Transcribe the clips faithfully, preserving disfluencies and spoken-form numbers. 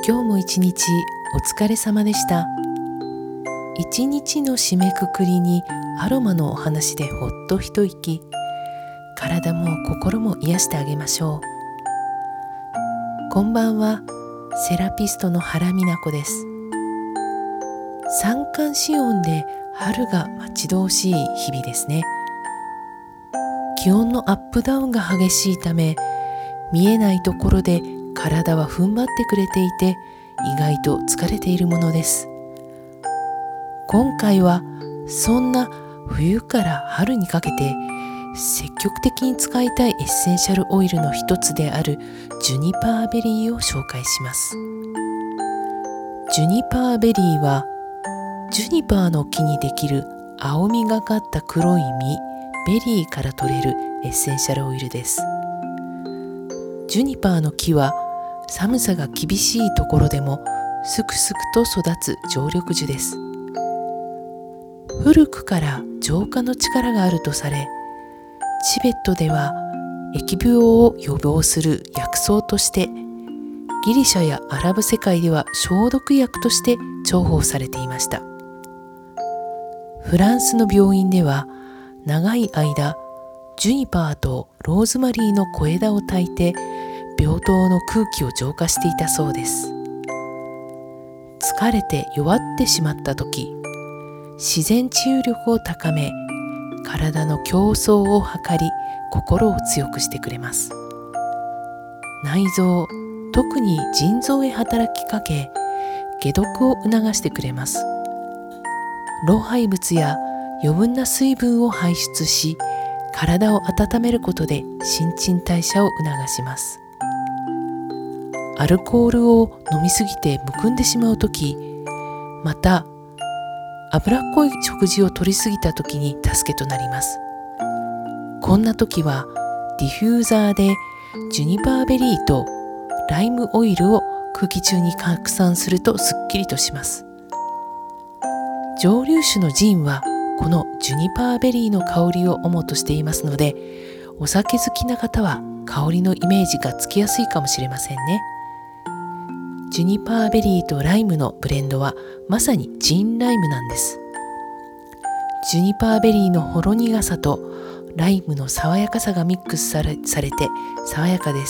今日も一日お疲れ様でした。一日の締めくくりにアロマのお話でほっと一息、体も心も癒してあげましょう。こんばんは、セラピストの原美奈子です。三寒四温で春が待ち遠しい日々ですね。気温のアップダウンが激しいため、見えないところで体は踏ん張ってくれていて、意外と疲れているものです。今回はそんな冬から春にかけて積極的に使いたいエッセンシャルオイルの一つであるジュニパーベリーを紹介します。ジュニパーベリーはジュニパーの木にできる青みがかった黒い実、ベリーから取れるエッセンシャルオイルです。ジュニパーの木は寒さが厳しいところでもすくすくと育つ常緑樹です。古くから浄化の力があるとされ、チベットでは疫病を予防する薬草として、ギリシャやアラブ世界では消毒薬として重宝されていました。フランスの病院では長い間ジュニパーとローズマリーの小枝を焚いて病棟の空気を浄化していたそうです。疲れて弱ってしまった時、自然治癒力を高め、体の競争を図り、心を強くしてくれます。内臓、特に腎臓へ働きかけ、解毒を促してくれます。老廃物や余分な水分を排出し、体を温めることで新陳代謝を促します。アルコールを飲みすぎてむくんでしまうとき、また脂っこい食事を摂りすぎたときに助けとなります。こんなときはディフューザーでジュニパーベリーとライムオイルを空気中に拡散するとすっきりとします。蒸留酒のジンはこのジュニパーベリーの香りを主としていますので、お酒好きな方は香りのイメージがつきやすいかもしれませんね。ジュニパーベリーとライムのブレンドはまさにジンライムなんです。ジュニパーベリーのほろ苦さとライムの爽やかさがミックスされ、されて爽やかです。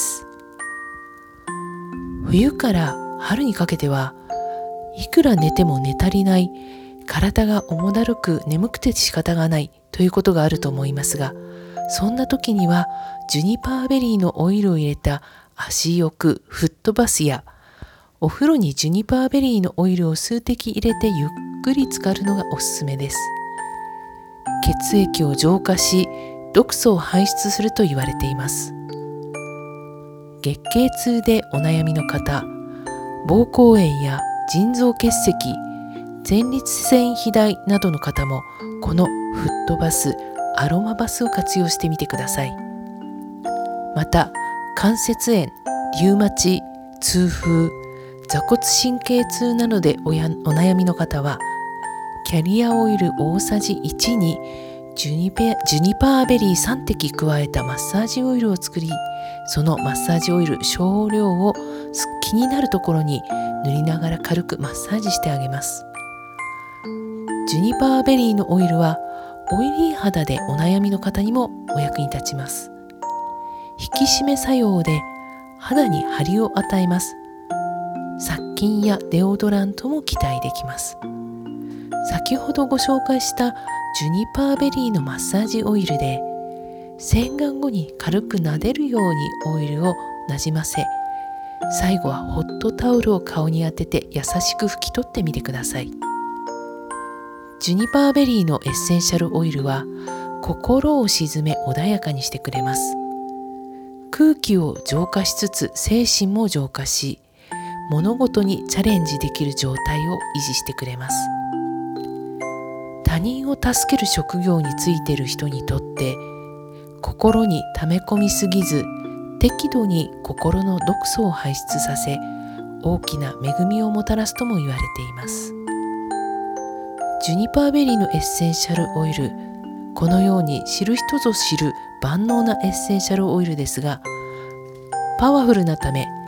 冬から春にかけてはいくら寝ても寝足りない、体が重だるく眠くて仕方がないということがあると思いますが、そんな時にはジュニパーベリーのオイルを入れた足浴フットバスやお風呂にジュニパーベリーのオイルを数滴入れてゆっくり浸かるのがおすすめです。血液を浄化し、毒素を排出すると言われています。月経痛でお悩みの方、膀胱炎や腎臓結石、前立腺肥大などの方もこのフットバス、アロマバスを活用してみてください。また、関節炎、リウマチ、痛風、座骨神経痛などでおやお悩みの方は、キャリアオイル大さじいちにジュニペジュニパーベリーさん滴加えたマッサージオイルを作り、そのマッサージオイル少量を気になるところに塗りながら軽くマッサージしてあげます。ジュニパーベリーのオイルはオイリー肌でお悩みの方にもお役に立ちます。引き締め作用で肌に張りを与えます。殺菌やデオドラントも期待できます。先ほどご紹介したジュニパーベリーのマッサージオイルで、洗顔後に軽く撫でるようにオイルをなじませ、最後はホットタオルを顔に当てて優しく拭き取ってみてください。ジュニパーベリーのエッセンシャルオイルは心を鎮め穏やかにしてくれます。空気を浄化しつつ精神も浄化し、物事にチャレンジできる状態を維持してくれます。他人を助ける職業についている人にとって、心に溜め込みすぎず、適度に心の毒素を排出させ、大きな恵みをもたらすとも言われています。ジュニパーベリーのエッセンシャルオイル、このように知る人ぞ知る万能なエッセンシャルオイルですが、パワフルなため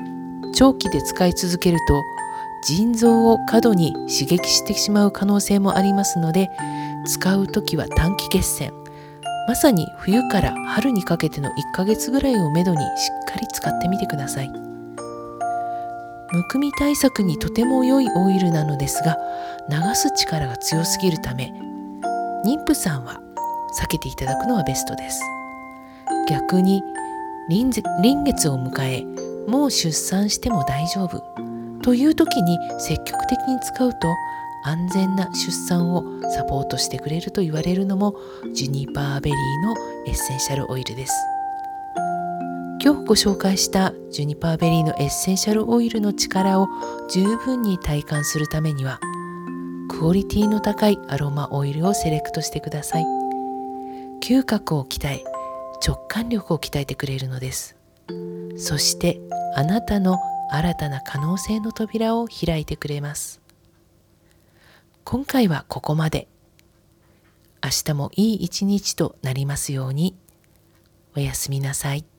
長期で使い続けると腎臓を過度に刺激してしまう可能性もありますので、使うときは短期決戦、まさに冬から春にかけてのいっかげつぐらいをめどにしっかり使ってみてください。むくみ対策にとても良いオイルなのですが、流す力が強すぎるため、妊婦さんは避けていただくのはベストです。逆に臨月を迎え、もう出産しても大丈夫という時に積極的に使うと、安全な出産をサポートしてくれると言われるのもジュニパーベリーのエッセンシャルオイルです。今日ご紹介したジュニパーベリーのエッセンシャルオイルの力を十分に体感するためには、クオリティの高いアロマオイルをセレクトしてください。嗅覚を鍛え、直感力を鍛えてくれるのです。そしてあなたの新たな可能性の扉を開いてくれます。今回はここまで。明日もいい一日となりますように。おやすみなさい。